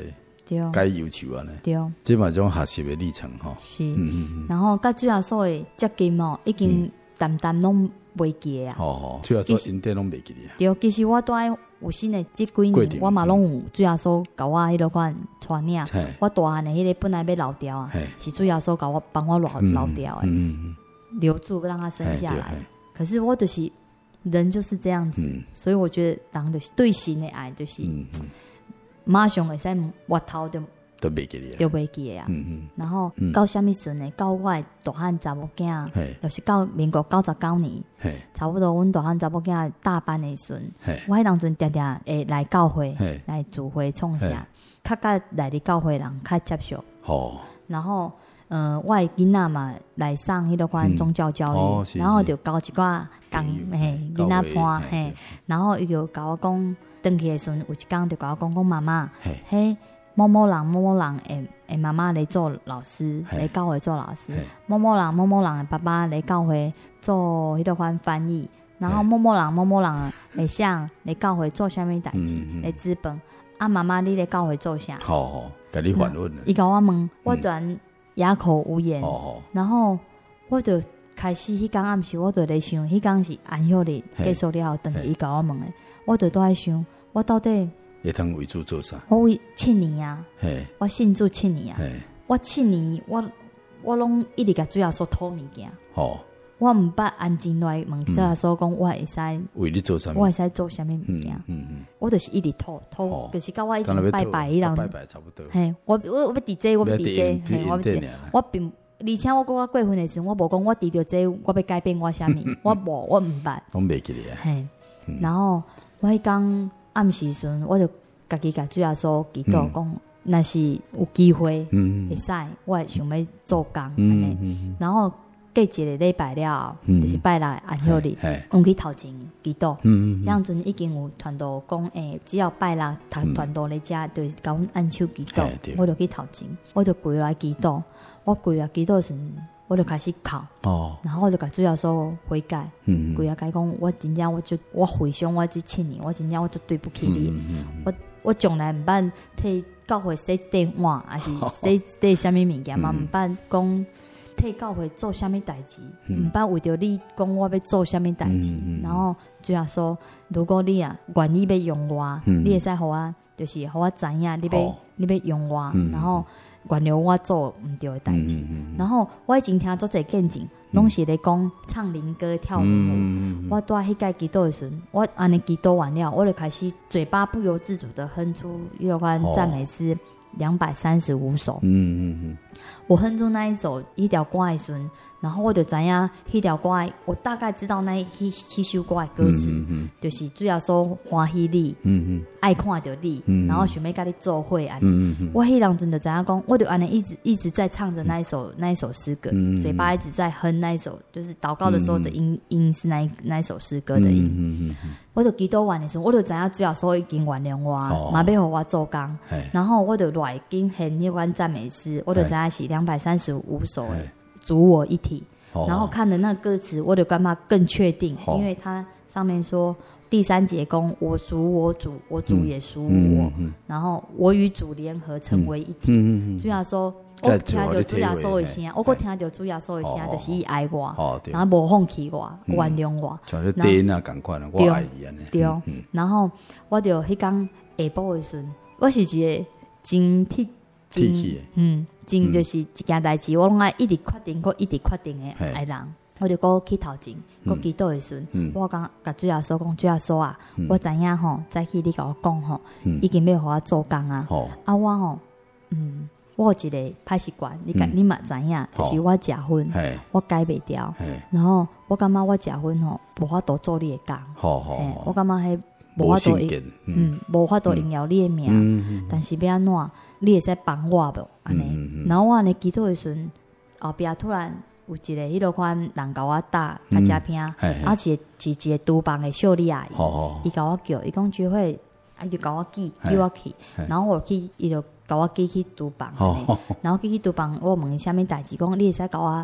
该要求啊呢， 对， 这嘛种学习的历程吼。 是，嗯嗯嗯。然后甲主要所的接近哦，已经淡淡拢袂记啊。 哦，主要所因地拢袂记啊。 对，其实我都爱有新的这几年，我嘛拢有主要所甲我迄落款传领。我大汉的迄个本来要留掉啊，是主要所甲我帮我留留掉的，留住让他生下来。可是我就是人就是这样子，所以我觉得人就是对神的爱就是。马上会使挖头就都袂记哩， 就袂记啊。嗯嗯。然后到什么时呢？到我大汉查某囝，就是到民国九十九年，差不多阮大汉查某囝大班的时阵，我迄当阵定定会来教会，来聚会创啥，较甲来伫教会人较接受。哦。然后，呃，我的囡仔嘛来上迄个款宗教教育，然后就教一寡讲嘿囡仔伴嘿，然后伊就甲我讲。回去的时候，有一天就跟我讲讲妈妈，嘿，某某人某某人诶诶，妈妈来做老师，来教会做老师；某某人某某人的爸爸来教会做迄个款翻译，然后某某人某某人会想来教会做啥物代志来资本。啊，妈妈你来教会做啥？ 好好，甲你反问。 伊甲我问，我突然哑口无言，然后我就开始迄天暗时，我就咧想，迄天是安休日结束了后，等伊甲我问的，我就都在想。我到底会通为主做啥？ 我为七年啊，我信主七年啊，我七年我我拢一直甲主要说讨物件。哦，我毋捌安静来问主要说讲，我会使为你做啥？ 我会使做啥物物件？嗯嗯，我就是一直讨讨，就是甲我以前拜拜迄人拜拜差不多。 嘿，我我我要伫这，我要伫这，嘿，我要伫这，我并而且我我过婚的时候，我无讲我伫着这，我要改变我啥物，我无，我毋捌。 拢袂记哩啊。 嘿，然后我迄天。暗时阵，我就家己甲主要说祈祷讲，若是有机会会使，我会想要做工安尼。然后过一个礼拜了，就是拜六安休日，我去头前祈祷。两阵已经有传道讲，诶，只要拜六传传道咧遮，就是甲阮按手祈祷。我就去头前，我就跪来祈祷。我跪来祈祷的时阵。我就开始哭，哦，然后我就甲主要说悔改，嗯，跪下甲伊讲，我真正我就我回想我这七年，我真正我就对不起你，嗯嗯嗯、我我从来毋捌替教会洗一块碗，还是洗一块啥物物件嘛，毋捌讲替教会做啥物代志，毋捌为着你讲我要做啥物代志，嗯嗯嗯、然后主要说，如果你啊愿意要用我，嗯、你会使互我，就是互我知影你要、哦、你要用我，嗯、然后。原谅我做毋对的代志，嗯嗯嗯、然后我已经听做者见证，拢是咧讲唱灵歌、跳舞。嗯嗯、我在迄届祈祷的时阵，我安尼祈祷完了，我就开始嘴巴不由自主的哼出有关赞美诗两百三十五首。嗯嗯嗯，我哼出那一首迄条歌的时阵，然后我就知影迄条歌，我大概知道那迄迄首歌的歌词，嗯嗯嗯、就是主要说欢喜你，嗯嗯、爱看到你，嗯、然后想要甲你做伙安尼。嗯嗯、我迄当阵就知影讲，我就安尼一直一直在唱着那一首、嗯、那一首诗歌，嗯、嘴巴一直在哼那一首，就是祷告的时候的音、嗯、音是那一那一首诗歌的音。嗯嗯嗯、我就祈祷完的时候，我就知影主要说已经原谅我，嘛、哦、要互我做工，然后我就来紧献迄款赞美诗，我就知影是两百三十五首的。主我一体，然后看了那个歌词，我就感觉更确定，因为它上面说第三节讲我属我主，我主也属我，然后我与主联合成为一体。主要说，我听到主耶稣的声，我搁听到主耶穌的聲，就是伊愛我，然後無放棄我，原諒我。像你爹那咁款啦，我愛伊安尼。對，然後我就迄天下晡的時陣，我是一個真鐵真嗯真就是一件代志，我攏愛一直確定，佮一直確定的愛人。我就搁去頭前，搁祈禱的時陣，我講甲主耶穌講，主耶穌啊，我知影吼，早起你甲我講吼，已經要互我做工啊，啊我吼，嗯。我有一個歹習慣，你你嘛知影，就是我食薰，我改袂掉。然後我感覺我食薰吼，無法度做你的工。我感覺迄無法度，嗯，無法度榮耀你的名。但是要安怎，你會使幫我無？安尼。然後我安尼祈禱的時陣，後壁突然有一個迄落款人甲我打較正拼，而且是一個廚房的小李阿姨，伊甲我叫，伊講聚會，伊就甲我記，叫我去，然後我去，伊就。甲我寄去廚房，然後寄去廚房，我問伊啥物代志，講你會使甲我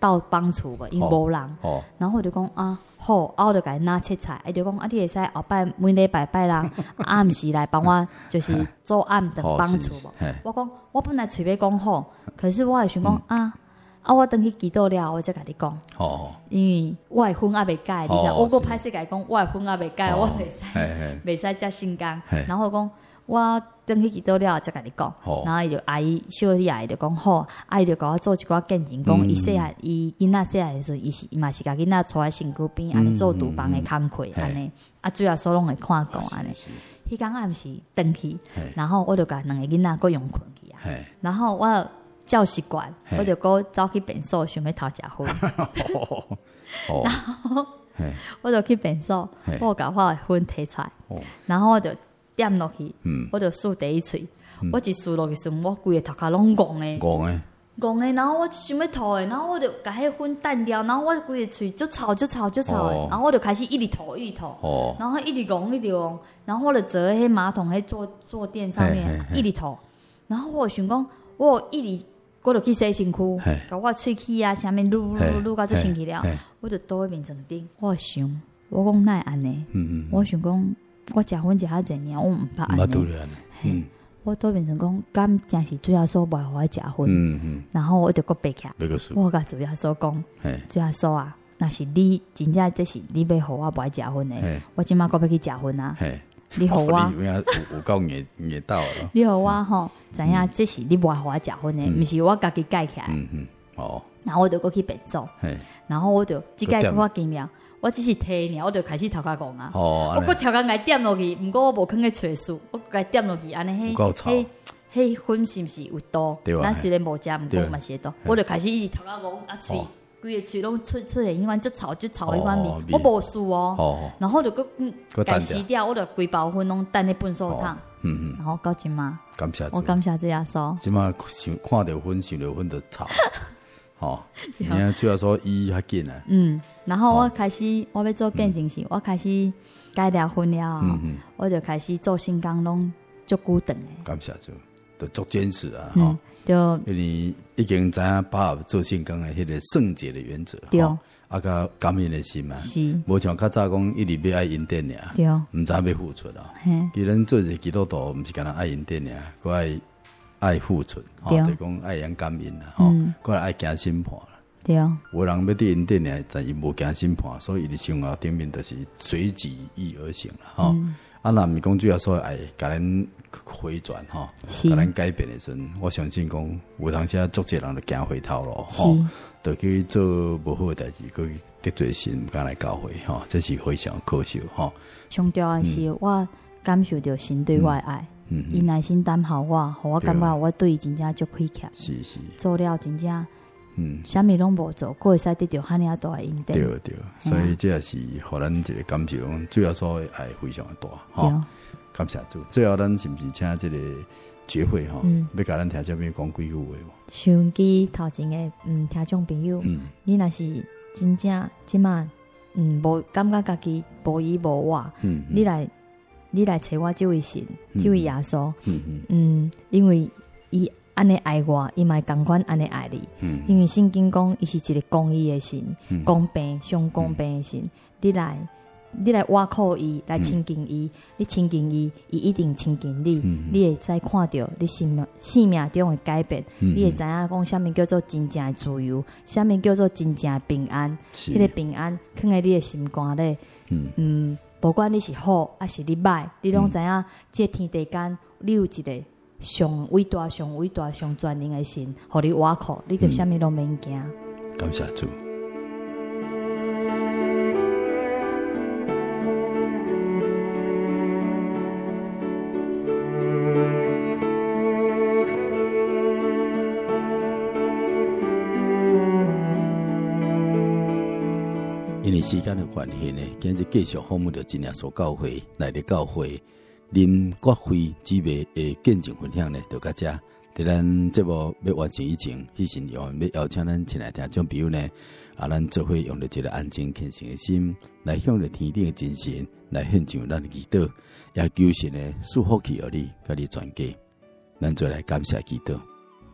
到帮厝无，因无人。哦。然后我就讲啊，好，啊我就甲伊拿切菜，伊就讲啊，你会使后摆每礼拜拜六暗时来帮我，就是做暗等帮厝无。我讲我本来随便讲好，可是我会想讲啊。啊！我等去祈祷了，我才甲你讲。哦。因为我的婚还未改，你知道，我搁歹势甲伊讲，我的婚还未改，我袂使，袂使接新工。然后讲，我等去祈祷了，才甲你讲。然后伊就阿姨小弟阿姨就讲好，阿姨就甲我做一寡见证，讲伊细汉，伊囡仔细汉的时候，伊是伊嘛是甲囡仔带在身躯边，安尼做厨房的工课，安尼。啊，主要所拢会看讲安尼。迄天暗时等去，然后我就甲两个囡仔搁用困去啊。然后我。照习惯，我就go走去便所，想要偷食薰。然后我就去便所，我甲我的薰摕出来，然后我就点落去，我就漱第一喙，我一漱落去时，我规个头壳拢戆诶，戆诶，戆诶。然后我想要吐诶，然后我就甲迄薰淡掉，然后我规个喙就吵就吵就吵诶，然后我就开始一直吐一直吐，然后一直戆一直戆，然后我就坐喺迄马桶迄坐坐垫上面一直吐，然后我想讲，我一直。我就去洗身躯，甲我喙齿啊，啥物撸撸撸到最清气了，我就倒喺面床顶。我想，我讲哪会安尼？我想讲，我食薰食遐济年，我毋捌安尼。我倒面床讲，敢真是主要所袂互我食薰。然后我就搁爬起来，我甲主要所讲，主要所啊，若是你真正这是你要互我不爱食薰的，我即马搁要去食薰啊。你互我有够硬硬到了。 你互我吼，知影这是你无互我食薰的，毋是我家己改起来。嗯嗯，哦。然后我就过去便所，然后我就即个我奇妙，我只是摕尔，我就开始头壳讲啊。哦。我搁头壳来点落去，毋过我无囥去揣数，我该点落去，安尼迄迄迄薰是毋是有多？咱虽然无食，毋过嘛是多。我就开始一直头壳讲啊喙。规个喙拢出出嚟，迄款就吵就吵迄款面，我无输哦。然后就个嗯，改洗掉，我就规包薰拢等喺粪扫桶。嗯嗯。然后到今嘛， 感谢我感谢这样说。 今嘛想看到薰，想到薰就吵。哦，你看主要说伊较紧啊。 嗯，然后我开始我要做见证时，我开始改了薰了，我就开始做新工拢足久长诶。 感谢主，就足坚持啊！哈。 对， 因为已经知影把握做圣工的迄个圣洁的原则，对，啊个感恩的心嘛，是，无像较早讲一直要爱恩典尔，对，唔知要付出咯。其实做一个基督徒，唔是干那爱恩典尔，佮爱爱付出，吼，就讲爱养感恩啦，吼，佮爱行审判啦。对，有人要对恩典尔，但伊无行审判，所以伊的生活顶面就是随己意而行啦，吼。啊，若毋是讲主要说爱甲咱回转吼，甲咱改变的时阵，我相信讲有当时足侪人就行回头路吼，就去做无好的代志，去得罪神，毋敢来教会吼，这是非常可惜吼。 上重要的是，我感受到神对我的爱，伊耐心等候我，互我感觉我对伊真正足亏欠，是是，做了真正。嗯，啥物拢无做，佫会使得到遐尔大的恩典。 对对，所以这也是互咱一个感受，主要所爱非常的大，吼。感谢主。最后，咱是毋是请这个聚会吼，要甲咱听这边讲几句话无？ 想起头前的嗯听众朋友，你若是真正即马嗯无感觉家己无依无我，你来你来找我这位神，这位耶稣，嗯，因为伊。安尼爱我，伊嘛共款安尼爱你。嗯、因为圣经讲，伊是一个公义的神，嗯、公平上公平的神。嗯、你来，你来挖靠伊，来亲近伊，嗯、你亲近伊，伊一定亲近你。嗯、你会再看到你生命生命中的改变。嗯、你会知影讲，啥物叫做真正的自由，啥物叫做真正的平安。迄个平安放在你的心肝里。嗯，嗯不管你是好还是你歹，你拢知影，这天地间你有一个。上伟大、上伟大、上全能的神，互你挖靠，你就啥物拢免惊。 感谢主。因为时间的关系呢，今日继续访问到真耶稣教会来的教会。林国辉姊妹的见证分享呢，就到这。在咱节目要完成以前，迄时要邀请咱亲爱听众朋友呢，啊，咱做伙用着一个安静虔诚的心，来向着天顶的真神来献上咱的祈祷，也求神呢赐福气予你，甲你全家。咱再来感谢祈祷。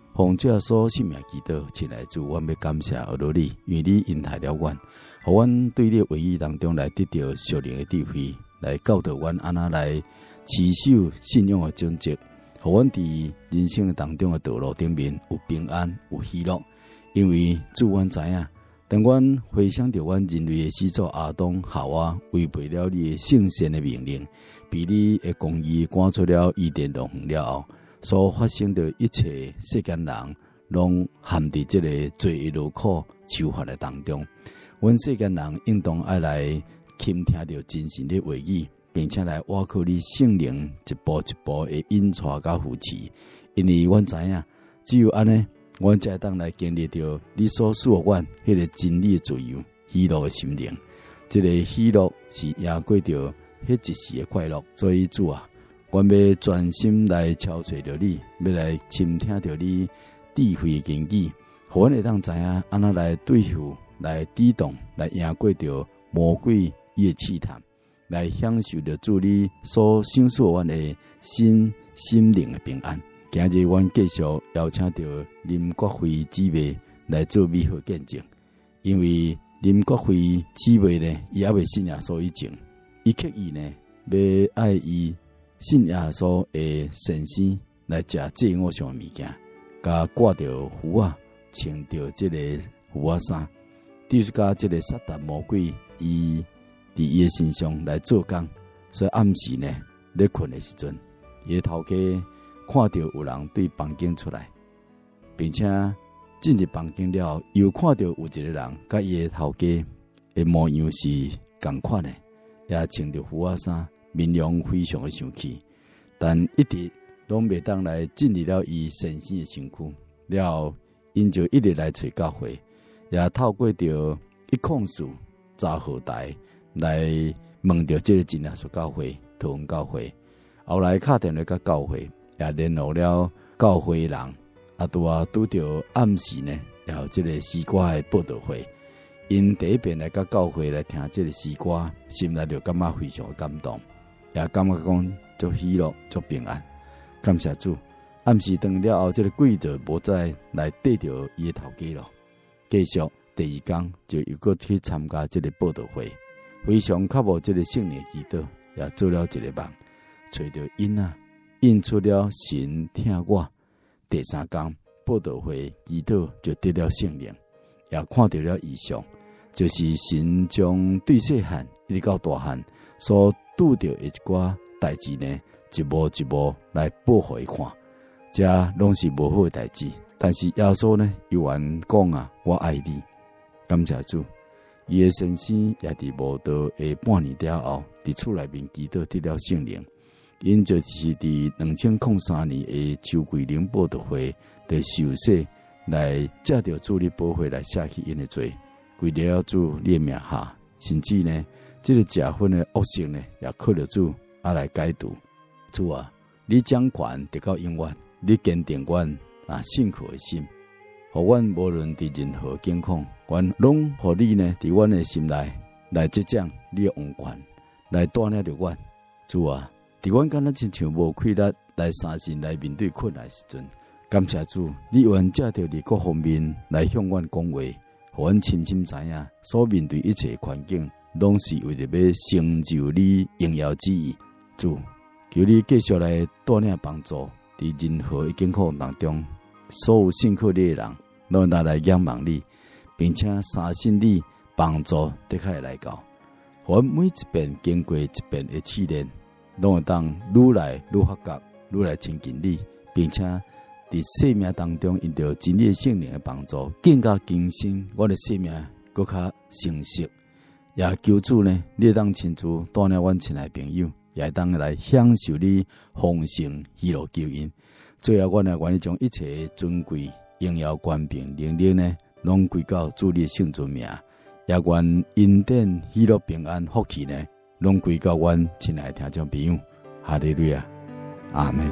奉这所性命祈祷，亲爱的主，阮要感谢阿罗你，因为你引导了阮，互阮对你话语当中来得到属灵的智慧，来教导阮安那来持守信仰的准则，互阮伫人生当中的道路顶面有平安有喜乐。因为主阮知影，当阮回想着阮人类的始祖亚当夏娃违背了你的圣善的命令，被你的公义赶出了伊甸乐园了后，所发生的一切世间人，拢陷伫这个罪恶劳苦囚犯的当中。阮世间人应当爱来倾听着真神的话语，并且来挖靠你圣灵一步一步的引带甲扶持。因为阮知影，只有安尼，阮才当来经历着你所赐阮迄个真理的自由、喜乐的心灵。这个喜乐是赢过着迄一时的快乐。所以主啊，阮要专心来敲找着你，要来倾听着你智慧的言语，互阮会当知影安那来对付、来抵挡、来赢过着魔鬼伊的试探，来享受着主你所赏赐阮的心心灵的平安。今日阮继续邀请着林国辉姊妹来做美好见证，因为林国辉姊妹呢，伊还未信耶稣以前，伊刻意呢要爱伊信耶稣的神仙来食祭偶像的物件，甲挂着胡啊，穿着这个胡啊衫，就是甲这个撒旦魔鬼伊伫伊的身上来做工。所以暗时呢，咧困的时阵，伊的头家看到有人对房间出来，并且进入房间了，又看到有一个人甲伊的头家的模样是同款的，也穿着胡啊衫，面容非常的生气，但一直拢未当来进入了伊神仙的身躯。了，因就一直来找教会，也透过着一控诉查号台来问着这个真耶稣教会、桃园教会，后来打电话甲教会。也联络了教会人，啊，拄啊拄着暗时呢，也有这个诗歌的报道会。因第一遍来甲教会来听这个诗歌，心内就感觉非常的感动，也感觉讲足喜乐、足平安。感谢主！暗时等了后，这个鬼就无再来缀着伊的头家咯。继续第二天就又搁去参加这个报道会，非常渴慕这个圣灵祈祷，也做了一个梦，找着因啊。印出了神听我。第三天报道会祈祷就得了圣灵，也看到了异象，就是神将对细汉一直到大汉所拄到的一寡代志呢，一步一步来报互伊看，这拢是无好的代志。但是耶稣呢，有言讲啊，我爱你。感谢主，伊的先生也伫无道的半年了后，伫厝内面祈祷得了圣灵。因就是伫二千零三年的秋桂林报道会的受洗，来借着主的宝血来写去因的罪，归了主你的名下，甚至呢，这个假婚的恶性呢，也靠着主啊来解除。主啊，你掌权直到永远，你坚定阮啊信靠的心，互阮无论伫任何境况，阮拢互你呢伫阮的心内来执掌你的王权，来带领着阮。主啊，伫阮敢若亲像无气力来相信来面对困难时阵，感谢主，你愿借着你各方面来向阮讲话，互阮深深知影，所面对一切环境，拢是为着要成就你荣耀旨意。主，求你继续来带领帮助，伫任何的境况当中，所有信靠你的人，拢拿来仰望你，并且相信你帮助得开来到。互阮每一遍经过一遍的试炼，拢会当愈来愈发觉，愈来亲近你，并且伫生命当中因着真理圣灵的帮助，更加更新我的生命，更较成熟。也求主呢，你当亲自带领阮亲爱朋友，也当来享受你丰盛喜乐救恩。最后，我呢愿意将一切尊贵、荣耀、权柄、能力呢，拢归到主你的圣尊名。也愿恩典、喜乐、平安、福气呢，拢归到阮亲爱听众朋友。哈利路亚，阿门。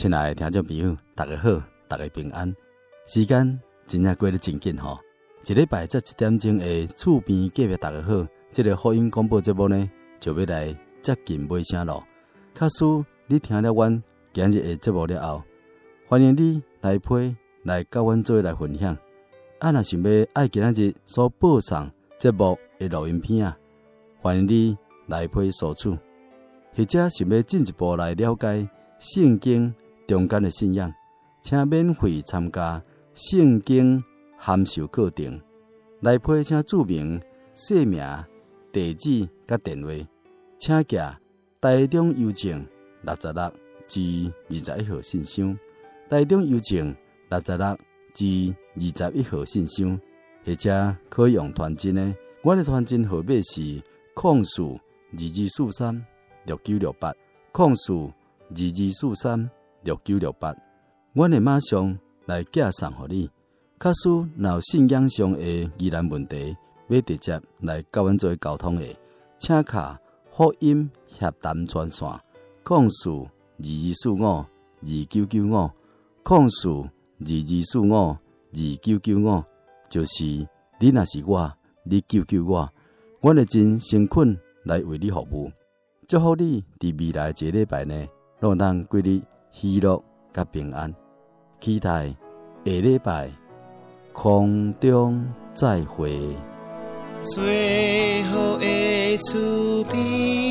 亲爱的听众朋友，大家好，大家平安。时间真正过得真紧吼，一礼拜才一点钟的厝边隔壁大家好，这个福音广播节目呢，就要来接近尾声咯。假使你听了阮今日的节目了后，欢迎你来批来跟阮做来分享。啊，若想要爱今仔日所播送节目的录音片啊，欢迎你来批索取，或者想要进一步来了解圣经中间的信仰，请免费参加圣经函授课程。来批请注明姓名、地址甲电话，请寄台中邮政六十六至二十一号信箱，台中邮政六十六至二十一号信箱，或者可以用传真的。我的传真号码是空四二二四三六九六八，空四二二四三六九六八。我会马上来寄送给你。假使若有信仰上的疑难问题，要直接来跟阮做沟通的，请卡福音协谈专线，空四二二四五二九九五，空四二二四五二九九五，就是你若是我，你救救我，我会真诚恳来为你服务。祝福你伫未来一个礼拜呢，让咱过日喜乐甲平安。期待下礼拜空中再会。 最后的厝边，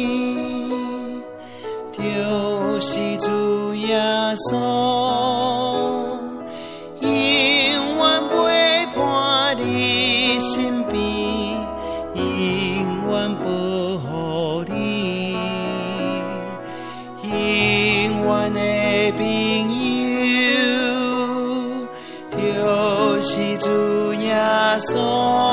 就是主耶稣，永远陪伴你身边，永远保护你，永远的朋友，就是主耶稣。